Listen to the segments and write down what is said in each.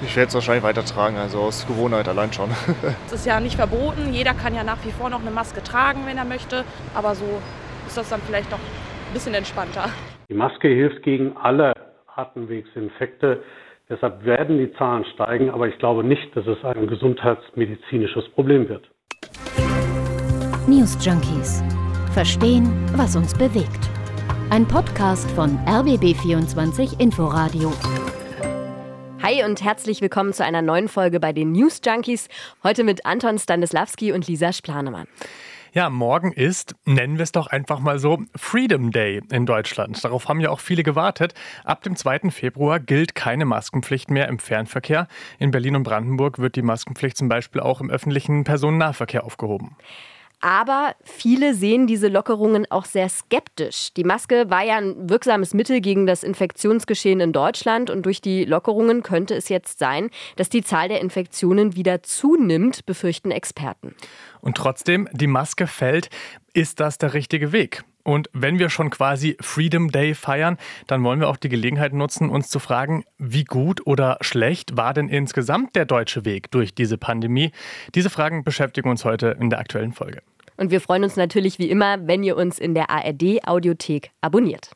Ich werde es wahrscheinlich weitertragen, also aus Gewohnheit allein schon. Es ist ja nicht verboten, jeder kann ja nach wie vor noch eine Maske tragen, wenn er möchte, aber so ist das dann vielleicht noch ein bisschen entspannter. Die Maske hilft gegen alle Atemwegsinfekte, deshalb werden die Zahlen steigen, aber ich glaube nicht, dass es ein gesundheitsmedizinisches Problem wird. News Junkies. Verstehen, was uns bewegt. Ein Podcast von RBB24 Inforadio. Hi und herzlich willkommen zu einer neuen Folge bei den News Junkies. Heute mit Anton Stanislawski und Lisa Splanemann. Ja, morgen ist, nennen wir es doch einfach mal so, Freedom Day in Deutschland. Darauf haben ja auch viele gewartet. Ab dem 2. Februar gilt keine Maskenpflicht mehr im Fernverkehr. In Berlin und Brandenburg wird die Maskenpflicht zum Beispiel auch im öffentlichen Personennahverkehr aufgehoben. Aber viele sehen diese Lockerungen auch sehr skeptisch. Die Maske war ja ein wirksames Mittel gegen das Infektionsgeschehen in Deutschland. Und durch die Lockerungen könnte es jetzt sein, dass die Zahl der Infektionen wieder zunimmt, befürchten Experten. Und trotzdem, die Maske fällt. Ist das der richtige Weg? Und wenn wir schon quasi Freedom Day feiern, dann wollen wir auch die Gelegenheit nutzen, uns zu fragen, wie gut oder schlecht war denn insgesamt der deutsche Weg durch diese Pandemie? Diese Fragen beschäftigen uns heute in der aktuellen Folge. Und wir freuen uns natürlich wie immer, wenn ihr uns in der ARD-Audiothek abonniert.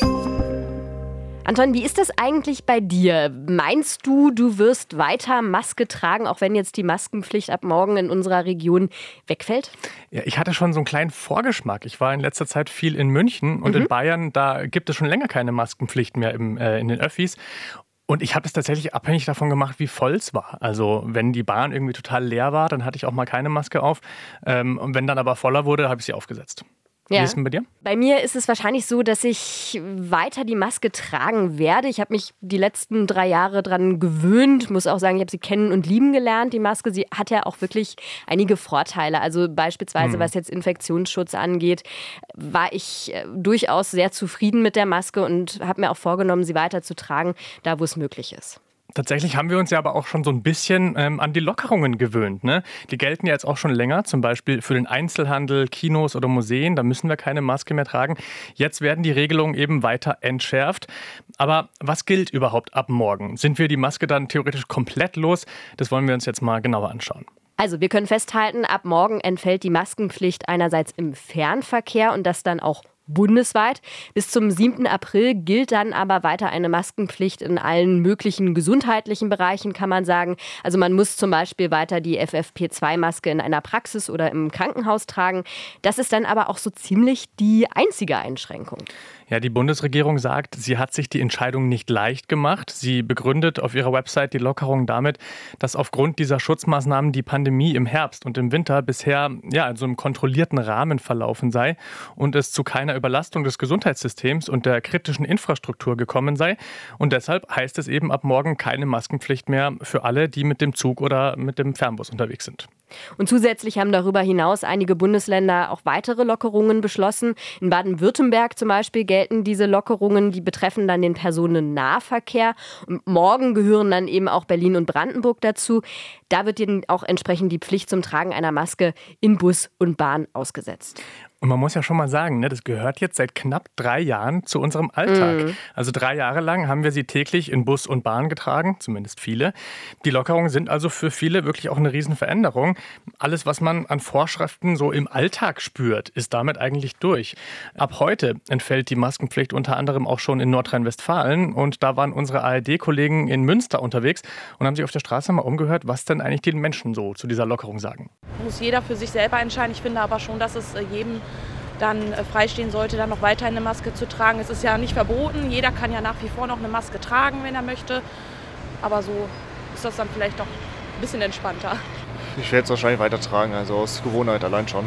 Anton, wie ist das eigentlich bei dir? Meinst du, du wirst weiter Maske tragen, auch wenn jetzt die Maskenpflicht ab morgen in unserer Region wegfällt? Ja, ich hatte schon so einen kleinen Vorgeschmack. Ich war in letzter Zeit viel in München und in Bayern, da gibt es schon länger keine Maskenpflicht mehr in den Öffis. Und ich habe es tatsächlich abhängig davon gemacht, wie voll es war. Also wenn die Bahn irgendwie total leer war, dann hatte ich auch mal keine Maske auf. Und wenn dann aber voller wurde, habe ich sie aufgesetzt. Wie ist es denn bei dir? Bei mir ist es wahrscheinlich so, dass ich weiter die Maske tragen werde. Ich habe mich die letzten 3 Jahre dran gewöhnt. Muss auch sagen, ich habe sie kennen und lieben gelernt, die Maske. Sie hat ja auch wirklich einige Vorteile. Also beispielsweise, was jetzt Infektionsschutz angeht, war ich durchaus sehr zufrieden mit der Maske und habe mir auch vorgenommen, sie weiter zu tragen, da wo es möglich ist. Tatsächlich haben wir uns ja aber auch schon so ein bisschen an die Lockerungen gewöhnt, ne? Die gelten ja jetzt auch schon länger, zum Beispiel für den Einzelhandel, Kinos oder Museen. Da müssen wir keine Maske mehr tragen. Jetzt werden die Regelungen eben weiter entschärft. Aber was gilt überhaupt ab morgen? Sind wir die Maske dann theoretisch komplett los? Das wollen wir uns jetzt mal genauer anschauen. Also wir können festhalten, ab morgen entfällt die Maskenpflicht einerseits im Fernverkehr und das dann auch bundesweit. Bis zum 7. April gilt dann aber weiter eine Maskenpflicht in allen möglichen gesundheitlichen Bereichen, kann man sagen. Also man muss zum Beispiel weiter die FFP2-Maske in einer Praxis oder im Krankenhaus tragen. Das ist dann aber auch so ziemlich die einzige Einschränkung. Ja, die Bundesregierung sagt, sie hat sich die Entscheidung nicht leicht gemacht. Sie begründet auf ihrer Website die Lockerung damit, dass aufgrund dieser Schutzmaßnahmen die Pandemie im Herbst und im Winter bisher in so einem kontrollierten Rahmen verlaufen sei und es zu keiner Überlastung des Gesundheitssystems und der kritischen Infrastruktur gekommen sei. Und deshalb heißt es eben ab morgen keine Maskenpflicht mehr für alle, die mit dem Zug oder mit dem Fernbus unterwegs sind. Und zusätzlich haben darüber hinaus einige Bundesländer auch weitere Lockerungen beschlossen. In Baden-Württemberg zum Beispiel gelten diese Lockerungen, die betreffen dann den Personennahverkehr. Und morgen gehören dann eben auch Berlin und Brandenburg dazu. Da wird dann auch entsprechend die Pflicht zum Tragen einer Maske in Bus und Bahn ausgesetzt. Und man muss ja schon mal sagen, das gehört jetzt seit knapp 3 Jahren zu unserem Alltag. Also 3 Jahre lang haben wir sie täglich in Bus und Bahn getragen, zumindest viele. Die Lockerungen sind also für viele wirklich auch eine Riesenveränderung. Alles, was man an Vorschriften so im Alltag spürt, ist damit eigentlich durch. Ab heute entfällt die Maskenpflicht unter anderem auch schon in Nordrhein-Westfalen. Und da waren unsere ARD-Kollegen in Münster unterwegs und haben sich auf der Straße mal umgehört, was denn eigentlich die Menschen so zu dieser Lockerung sagen. Muss jeder für sich selber entscheiden. Ich finde aber schon, dass es jedem dann freistehen sollte, dann noch weiter eine Maske zu tragen. Es ist ja nicht verboten. Jeder kann ja nach wie vor noch eine Maske tragen, wenn er möchte. Aber so ist das dann vielleicht doch ein bisschen entspannter. Ich werde es wahrscheinlich weitertragen, also aus Gewohnheit allein schon.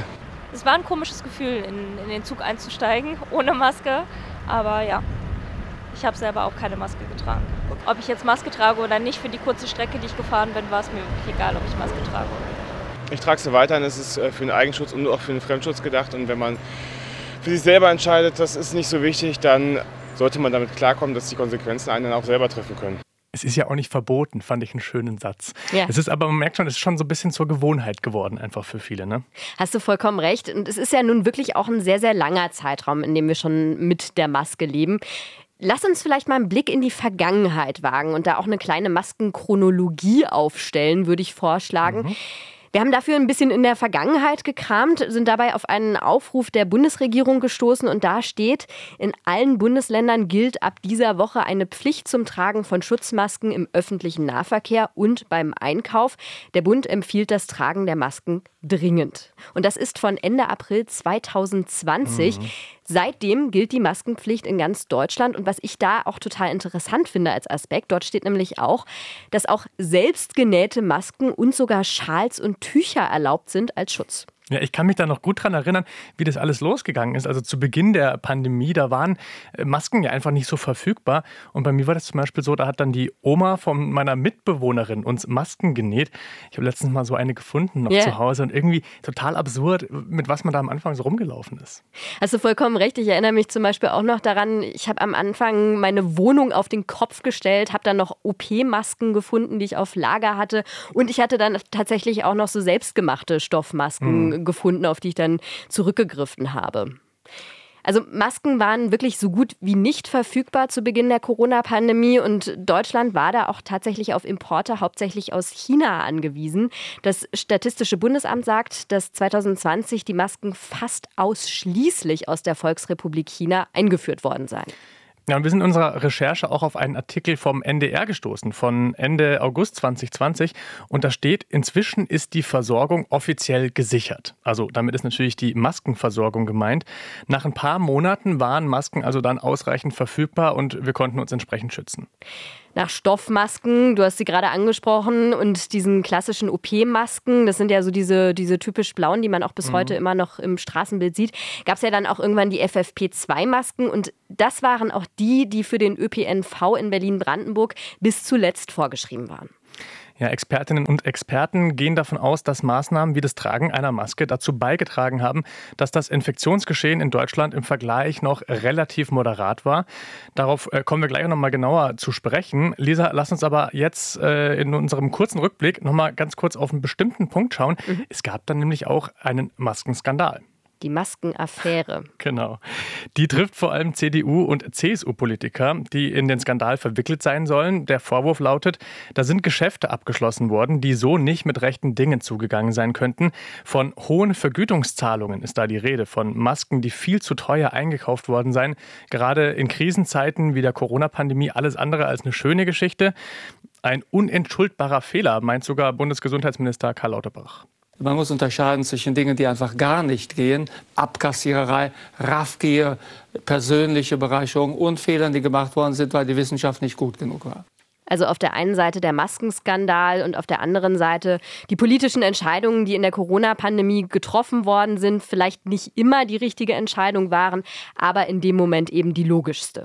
Es war ein komisches Gefühl, in den Zug einzusteigen, ohne Maske. Aber ja, ich habe selber auch keine Maske getragen. Ob ich jetzt Maske trage oder nicht, für die kurze Strecke, die ich gefahren bin, war es mir wirklich egal, ob ich Maske trage oder nicht. Ich trage sie weiter und es ist für den Eigenschutz und auch für den Fremdschutz gedacht. Und wenn man für sich selber entscheidet, das ist nicht so wichtig, dann sollte man damit klarkommen, dass die Konsequenzen einen dann auch selber treffen können. Es ist ja auch nicht verboten, fand ich einen schönen Satz. Ja. Es ist aber, man merkt schon, es ist schon so ein bisschen zur Gewohnheit geworden, einfach für viele, ne? Hast du vollkommen recht. Und es ist ja nun wirklich auch ein sehr, sehr langer Zeitraum, in dem wir schon mit der Maske leben. Lass uns vielleicht mal einen Blick in die Vergangenheit wagen und da auch eine kleine Maskenchronologie aufstellen, würde ich vorschlagen. Wir haben dafür ein bisschen in der Vergangenheit gekramt, sind dabei auf einen Aufruf der Bundesregierung gestoßen und da steht, in allen Bundesländern gilt ab dieser Woche eine Pflicht zum Tragen von Schutzmasken im öffentlichen Nahverkehr und beim Einkauf. Der Bund empfiehlt das Tragen der Masken dringend. Und das ist von Ende April 2020. Seitdem gilt die Maskenpflicht in ganz Deutschland. Und was ich da auch total interessant finde als Aspekt, dort steht nämlich auch, dass auch selbstgenähte Masken und sogar Schals und Tücher erlaubt sind als Schutz. Ja, ich kann mich da noch gut dran erinnern, wie das alles losgegangen ist. Also zu Beginn der Pandemie, da waren Masken ja einfach nicht so verfügbar. Und bei mir war das zum Beispiel so, da hat dann die Oma von meiner Mitbewohnerin uns Masken genäht. Ich habe letztens mal so eine gefunden noch zu Hause und irgendwie total absurd, mit was man da am Anfang so rumgelaufen ist. Hast du vollkommen recht. Ich erinnere mich zum Beispiel auch noch daran, ich habe am Anfang meine Wohnung auf den Kopf gestellt, habe dann noch OP-Masken gefunden, die ich auf Lager hatte. Und ich hatte dann tatsächlich auch noch so selbstgemachte Stoffmasken gefunden, auf die ich dann zurückgegriffen habe. Also Masken waren wirklich so gut wie nicht verfügbar zu Beginn der Corona-Pandemie und Deutschland war da auch tatsächlich auf Importe hauptseitlich aus China angewiesen. Das Statistische Bundesamt sagt, dass 2020 die Masken fast ausschließlich aus der Volksrepublik China eingeführt worden seien. Ja, und wir sind in unserer Recherche auch auf einen Artikel vom NDR gestoßen, von Ende August 2020. Und da steht, inzwischen ist die Versorgung offiziell gesichert. Also damit ist natürlich die Maskenversorgung gemeint. Nach ein paar Monaten waren Masken also dann ausreichend verfügbar und wir konnten uns entsprechend schützen. Nach Stoffmasken, du hast sie gerade angesprochen, und diesen klassischen OP-Masken, das sind ja so diese typisch blauen, die man auch bis heute immer noch im Straßenbild sieht, gab es ja dann auch irgendwann die FFP2-Masken und das waren auch die für den ÖPNV in Berlin-Brandenburg bis zuletzt vorgeschrieben waren. Ja, Expertinnen und Experten gehen davon aus, dass Maßnahmen wie das Tragen einer Maske dazu beigetragen haben, dass das Infektionsgeschehen in Deutschland im Vergleich noch relativ moderat war. Darauf kommen wir gleich noch mal genauer zu sprechen. Lisa, lass uns aber jetzt in unserem kurzen Rückblick noch mal ganz kurz auf einen bestimmten Punkt schauen. Es gab dann nämlich auch einen Maskenskandal. Die Maskenaffäre. Genau. Die trifft vor allem CDU- und CSU-Politiker, die in den Skandal verwickelt sein sollen. Der Vorwurf lautet, da sind Geschäfte abgeschlossen worden, die so nicht mit rechten Dingen zugegangen sein könnten. Von hohen Vergütungszahlungen ist da die Rede, von Masken, die viel zu teuer eingekauft worden seien. Gerade in Krisenzeiten wie der Corona-Pandemie alles andere als eine schöne Geschichte. Ein unentschuldbarer Fehler, meint sogar Bundesgesundheitsminister Karl Lauterbach. Man muss unterscheiden zwischen Dingen, die einfach gar nicht gehen, Abkassiererei, Raffgier, persönliche Bereicherung und Fehlern, die gemacht worden sind, weil die Wissenschaft nicht gut genug war. Also auf der einen Seite der Maskenskandal und auf der anderen Seite die politischen Entscheidungen, die in der Corona-Pandemie getroffen worden sind, vielleicht nicht immer die richtige Entscheidung waren, aber in dem Moment eben die logischste.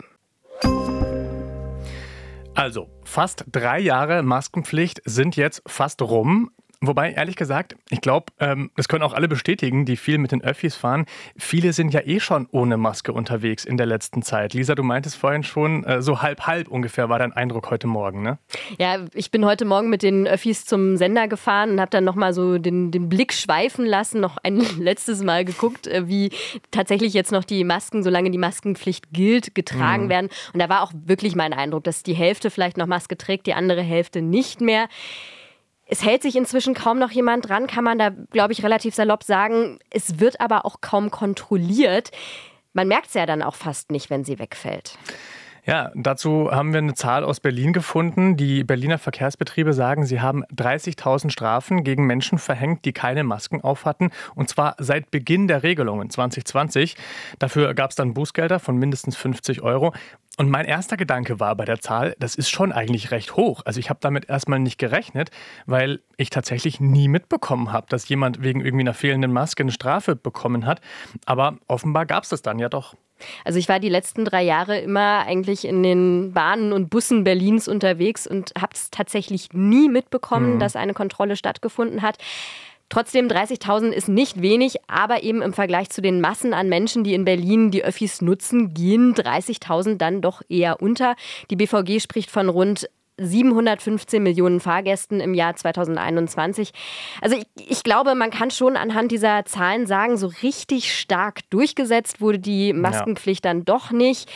Also, fast 3 Jahre Maskenpflicht sind jetzt fast rum. Wobei, ehrlich gesagt, ich glaube, das können auch alle bestätigen, die viel mit den Öffis fahren. Viele sind ja eh schon ohne Maske unterwegs in der letzten Zeit. Lisa, du meintest vorhin schon, so halb ungefähr war dein Eindruck heute Morgen, ne? Ja, ich bin heute Morgen mit den Öffis zum Sender gefahren und habe dann nochmal so den Blick schweifen lassen, noch ein letztes Mal geguckt, wie tatsächlich jetzt noch die Masken, solange die Maskenpflicht gilt, getragen werden. Und da war auch wirklich mein Eindruck, dass die Hälfte vielleicht noch Maske trägt, die andere Hälfte nicht mehr. Es hält sich inzwischen kaum noch jemand dran, kann man da, glaube ich, relativ salopp sagen. Es wird aber auch kaum kontrolliert. Man merkt es ja dann auch fast nicht, wenn sie wegfällt. Ja, dazu haben wir eine Zahl aus Berlin gefunden. Die Berliner Verkehrsbetriebe sagen, sie haben 30.000 Strafen gegen Menschen verhängt, die keine Masken aufhatten. Und zwar seit Beginn der Regelungen 2020. Dafür gab es dann Bußgelder von mindestens 50 €. Und mein erster Gedanke war bei der Zahl, das ist schon eigentlich recht hoch. Also ich habe damit erstmal nicht gerechnet, weil ich tatsächlich nie mitbekommen habe, dass jemand wegen irgendwie einer fehlenden Maske eine Strafe bekommen hat. Aber offenbar gab es das dann ja doch. Also ich war die letzten 3 Jahre immer eigentlich in den Bahnen und Bussen Berlins unterwegs und habe es tatsächlich nie mitbekommen, dass eine Kontrolle stattgefunden hat. Trotzdem, 30.000 ist nicht wenig, aber eben im Vergleich zu den Massen an Menschen, die in Berlin die Öffis nutzen, gehen 30.000 dann doch eher unter. Die BVG spricht von rund 715 Millionen Fahrgästen im Jahr 2021. Also ich glaube, man kann schon anhand dieser Zahlen sagen, so richtig stark durchgesetzt wurde die Maskenpflicht dann doch nicht.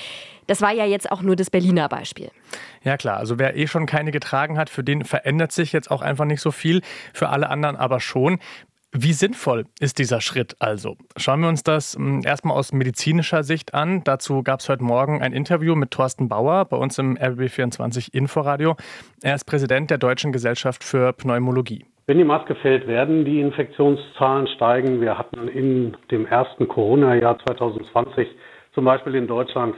Das war ja jetzt auch nur das Berliner Beispiel. Ja klar, also wer schon keine getragen hat, für den verändert sich jetzt auch einfach nicht so viel, für alle anderen aber schon. Wie sinnvoll ist dieser Schritt also? Schauen wir uns das erstmal aus medizinischer Sicht an. Dazu gab es heute Morgen ein Interview mit Thorsten Bauer bei uns im RBB24 Inforadio. Er ist Präsident der Deutschen Gesellschaft für Pneumologie. Wenn die Maske fällt, werden die Infektionszahlen steigen. Wir hatten in dem ersten Corona-Jahr 2020 zum Beispiel in Deutschland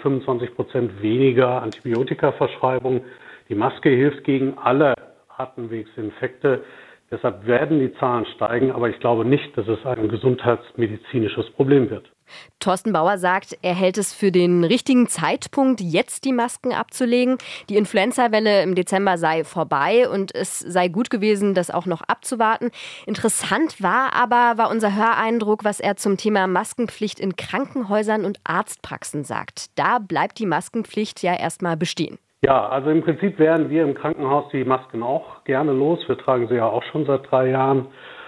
25% weniger Antibiotikaverschreibungen. Die Maske hilft gegen alle Atemwegsinfekte. Deshalb werden die Zahlen steigen, aber ich glaube nicht, dass es ein gesundheitsmedizinisches Problem wird. Thorsten Bauer sagt, er hält es für den richtigen Zeitpunkt, jetzt die Masken abzulegen. Die Influenza-Welle im Dezember sei vorbei und es sei gut gewesen, das auch noch abzuwarten. Interessant war unser Höreindruck, was er zum Thema Maskenpflicht in Krankenhäusern und Arztpraxen sagt. Da bleibt die Maskenpflicht ja erstmal bestehen. Ja, also im Prinzip wären wir im Krankenhaus die Masken auch gerne los. Wir tragen sie ja auch schon seit 3 Jahren.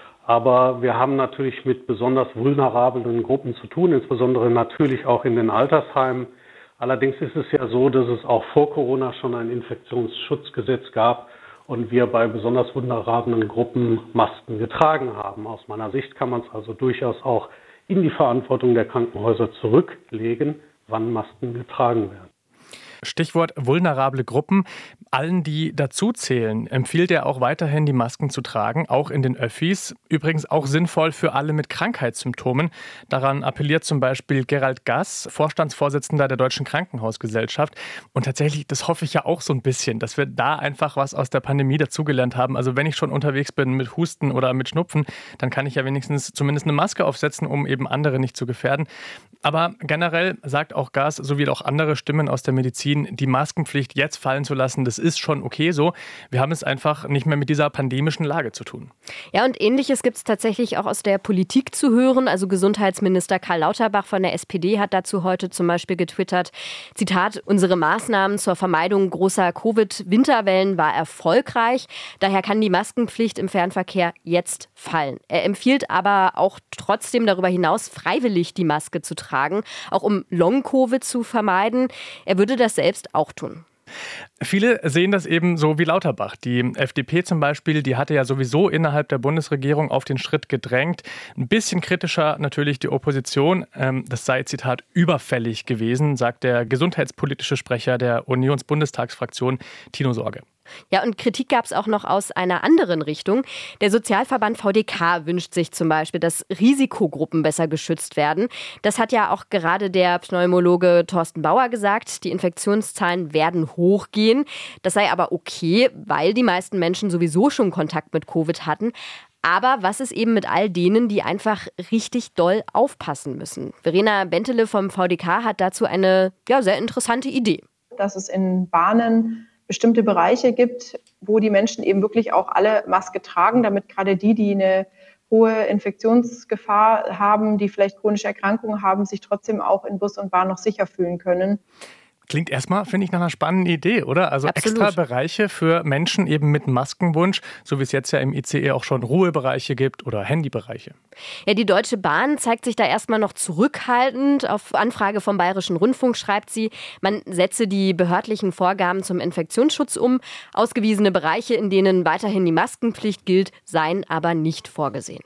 Aber wir haben natürlich mit besonders vulnerablen Gruppen zu tun, insbesondere natürlich auch in den Altersheimen. Allerdings ist es ja so, dass es auch vor Corona schon ein Infektionsschutzgesetz gab und wir bei besonders vulnerablen Gruppen Masken getragen haben. Aus meiner Sicht kann man es also durchaus auch in die Verantwortung der Krankenhäuser zurücklegen, wann Masken getragen werden. Stichwort vulnerable Gruppen. Allen, die dazu zählen, empfiehlt er auch weiterhin, die Masken zu tragen, auch in den Öffis. Übrigens auch sinnvoll für alle mit Krankheitssymptomen. Daran appelliert zum Beispiel Gerald Gass, Vorstandsvorsitzender der Deutschen Krankenhausgesellschaft. Und tatsächlich, das hoffe ich ja auch so ein bisschen, dass wir da einfach was aus der Pandemie dazugelernt haben. Also wenn ich schon unterwegs bin mit Husten oder mit Schnupfen, dann kann ich ja wenigstens zumindest eine Maske aufsetzen, um eben andere nicht zu gefährden. Aber generell sagt auch Gass, sowie auch andere Stimmen aus der Medizin, die Maskenpflicht jetzt fallen zu lassen, das ist schon okay so. Wir haben es einfach nicht mehr mit dieser pandemischen Lage zu tun. Ja, und Ähnliches gibt es tatsächlich auch aus der Politik zu hören. Also Gesundheitsminister Karl Lauterbach von der SPD hat dazu heute zum Beispiel getwittert, Zitat, unsere Maßnahmen zur Vermeidung großer Covid-Winterwellen war erfolgreich. Daher kann die Maskenpflicht im Fernverkehr jetzt fallen. Er empfiehlt aber auch trotzdem darüber hinaus freiwillig die Maske zu tragen, auch um Long-Covid zu vermeiden. Er würde das selbst auch tun. Viele sehen das eben so wie Lauterbach. Die FDP zum Beispiel, die hatte ja sowieso innerhalb der Bundesregierung auf den Schritt gedrängt. Ein bisschen kritischer natürlich die Opposition. Das sei, Zitat, überfällig gewesen, sagt der gesundheitspolitische Sprecher der Unionsbundestagsfraktion Tino Sorge. Ja, und Kritik gab es auch noch aus einer anderen Richtung. Der Sozialverband VDK wünscht sich zum Beispiel, dass Risikogruppen besser geschützt werden. Das hat ja auch gerade der Pneumologe Thorsten Bauer gesagt. Die Infektionszahlen werden hochgehen. Das sei aber okay, weil die meisten Menschen sowieso schon Kontakt mit Covid hatten. Aber was ist eben mit all denen, die einfach richtig doll aufpassen müssen? Verena Bentele vom VDK hat dazu eine sehr interessante Idee. Dass es in Bahnen bestimmte Bereiche gibt, wo die Menschen eben wirklich auch alle Maske tragen, damit gerade die eine hohe Infektionsgefahr haben, die vielleicht chronische Erkrankungen haben, sich trotzdem auch in Bus und Bahn noch sicher fühlen können. Klingt erstmal, finde ich, nach einer spannenden Idee, oder? Also Absolut. Extra Bereiche für Menschen eben mit Maskenwunsch, so wie es jetzt ja im ICE auch schon Ruhebereiche gibt oder Handybereiche. Ja, die Deutsche Bahn zeigt sich da erstmal noch zurückhaltend. Auf Anfrage vom Bayerischen Rundfunk schreibt sie, man setze die behördlichen Vorgaben zum Infektionsschutz um. Ausgewiesene Bereiche, in denen weiterhin die Maskenpflicht gilt, seien aber nicht vorgesehen.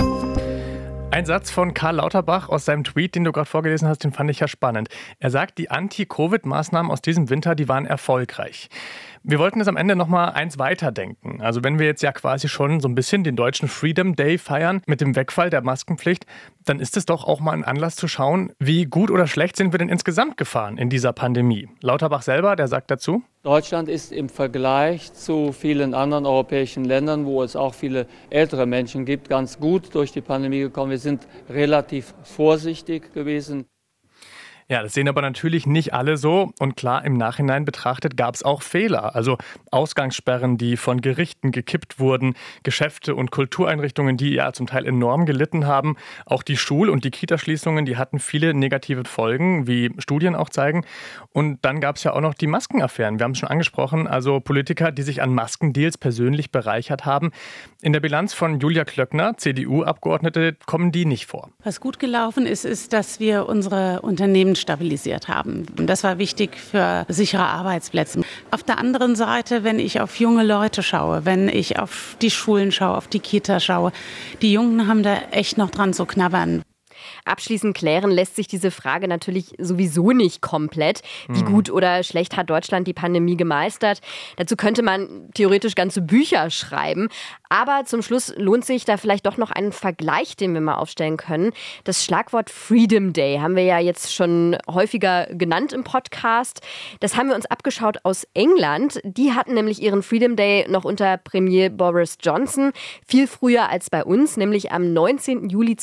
Ein Satz von Karl Lauterbach aus seinem Tweet, den du gerade vorgelesen hast, den fand ich ja spannend. Er sagt, die Anti-Covid-Maßnahmen aus diesem Winter, die waren erfolgreich. Wir wollten jetzt am Ende noch mal eins weiterdenken. Also wenn wir jetzt ja quasi schon so ein bisschen den deutschen Freedom Day feiern mit dem Wegfall der Maskenpflicht, dann ist es doch auch mal ein Anlass zu schauen, wie gut oder schlecht sind wir denn insgesamt gefahren in dieser Pandemie. Lauterbach selber, der sagt dazu: Deutschland ist im Vergleich zu vielen anderen europäischen Ländern, wo es auch viele ältere Menschen gibt, ganz gut durch die Pandemie gekommen. Wir sind relativ vorsichtig gewesen. Ja, das sehen aber natürlich nicht alle so. Und klar, im Nachhinein betrachtet gab es auch Fehler. Also Ausgangssperren, die von Gerichten gekippt wurden, Geschäfte und Kultureinrichtungen, die ja zum Teil enorm gelitten haben. Auch die Schul- und die Kitaschließungen, die hatten viele negative Folgen, wie Studien auch zeigen. Und dann gab es ja auch noch die Maskenaffären. Wir haben es schon angesprochen, also Politiker, die sich an Maskendeals persönlich bereichert haben. In der Bilanz von Julia Klöckner, CDU-Abgeordnete, kommen die nicht vor. Was gut gelaufen ist, ist, dass wir unsere Unternehmen stabilisiert haben. Und das war wichtig für sichere Arbeitsplätze. Auf der anderen Seite, wenn ich auf junge Leute schaue, wenn ich auf die Schulen schaue, auf die Kita schaue, die Jungen haben da echt noch dran zu knabbern. Abschließend klären lässt sich diese Frage natürlich sowieso nicht komplett. Wie gut oder schlecht hat Deutschland die Pandemie gemeistert? Dazu könnte man theoretisch ganze Bücher schreiben. Aber zum Schluss lohnt sich da vielleicht doch noch ein Vergleich, den wir mal aufstellen können. Das Schlagwort Freedom Day haben wir ja jetzt schon häufiger genannt im Podcast. Das haben wir uns abgeschaut aus England. Die hatten nämlich ihren Freedom Day noch unter Premier Boris Johnson. Viel früher als bei uns, nämlich am 19. Juli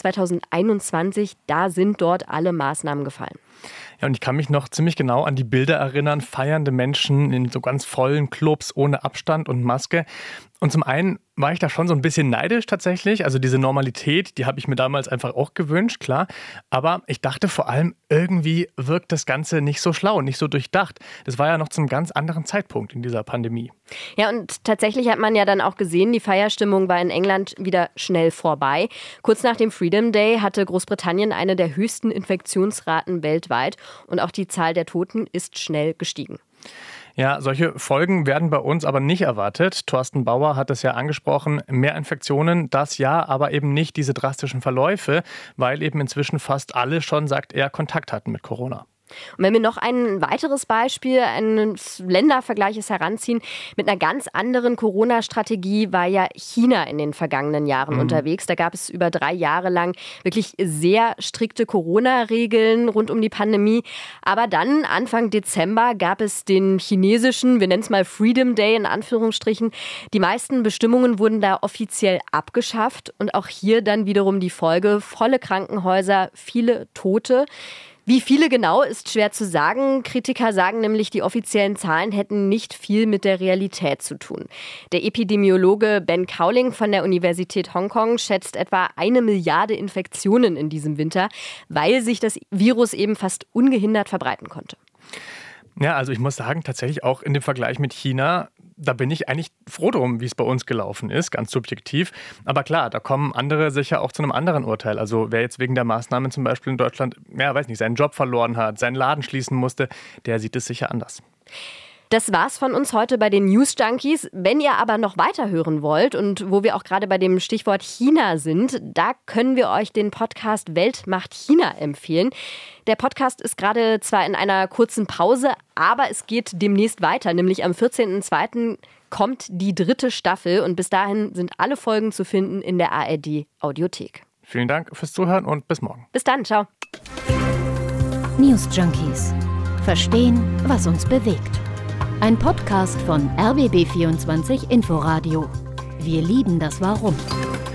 2021. Da sind dort alle Maßnahmen gefallen. Ja, und ich kann mich noch ziemlich genau an die Bilder erinnern, feiernde Menschen in so ganz vollen Clubs ohne Abstand und Maske. Und zum einen war ich da schon so ein bisschen neidisch tatsächlich. Also diese Normalität, die habe ich mir damals einfach auch gewünscht, klar. Aber ich dachte vor allem, irgendwie wirkt das Ganze nicht so schlau, nicht so durchdacht. Das war ja noch zu einem ganz anderen Zeitpunkt in dieser Pandemie. Ja, und tatsächlich hat man ja dann auch gesehen, die Feierstimmung war in England wieder schnell vorbei. Kurz nach dem Freedom Day hatte Großbritannien eine der höchsten Infektionsraten weltweit. Und auch die Zahl der Toten ist schnell gestiegen. Ja, solche Folgen werden bei uns aber nicht erwartet. Thorsten Bauer hat es ja angesprochen, mehr Infektionen, das ja, aber eben nicht diese drastischen Verläufe, weil eben inzwischen fast alle schon, sagt er, Kontakt hatten mit Corona. Und wenn wir noch ein weiteres Beispiel eines Ländervergleiches heranziehen, mit einer ganz anderen Corona-Strategie war ja China in den vergangenen Jahren unterwegs. Da gab es über 3 Jahre lang wirklich sehr strikte Corona-Regeln rund um die Pandemie. Aber dann, Anfang Dezember, gab es den chinesischen, wir nennen es mal Freedom Day in Anführungsstrichen. Die meisten Bestimmungen wurden da offiziell abgeschafft. Und auch hier dann wiederum die Folge, volle Krankenhäuser, viele Tote. Wie viele genau, ist schwer zu sagen. Kritiker sagen nämlich, die offiziellen Zahlen hätten nicht viel mit der Realität zu tun. Der Epidemiologe Ben Cowling von der Universität Hongkong schätzt etwa 1 Milliarde Infektionen in diesem Winter, weil sich das Virus eben fast ungehindert verbreiten konnte. Ja, also ich muss sagen, tatsächlich auch in dem Vergleich mit China, da bin ich eigentlich froh drum, wie es bei uns gelaufen ist, ganz subjektiv. Aber klar, da kommen andere sicher auch zu einem anderen Urteil. Also wer jetzt wegen der Maßnahmen zum Beispiel in Deutschland, seinen Job verloren hat, seinen Laden schließen musste, der sieht es sicher anders. Das war's von uns heute bei den News Junkies. Wenn ihr aber noch weiterhören wollt und wo wir auch gerade bei dem Stichwort China sind, da können wir euch den Podcast Welt macht China empfehlen. Der Podcast ist gerade zwar in einer kurzen Pause, aber es geht demnächst weiter, nämlich am 14.02. kommt die 3. Staffel und bis dahin sind alle Folgen zu finden in der ARD Audiothek. Vielen Dank fürs Zuhören und bis morgen. Bis dann, ciao. News Junkies. Verstehen, was uns bewegt. Ein Podcast von RBB24 Inforadio. Wir lieben das Warum.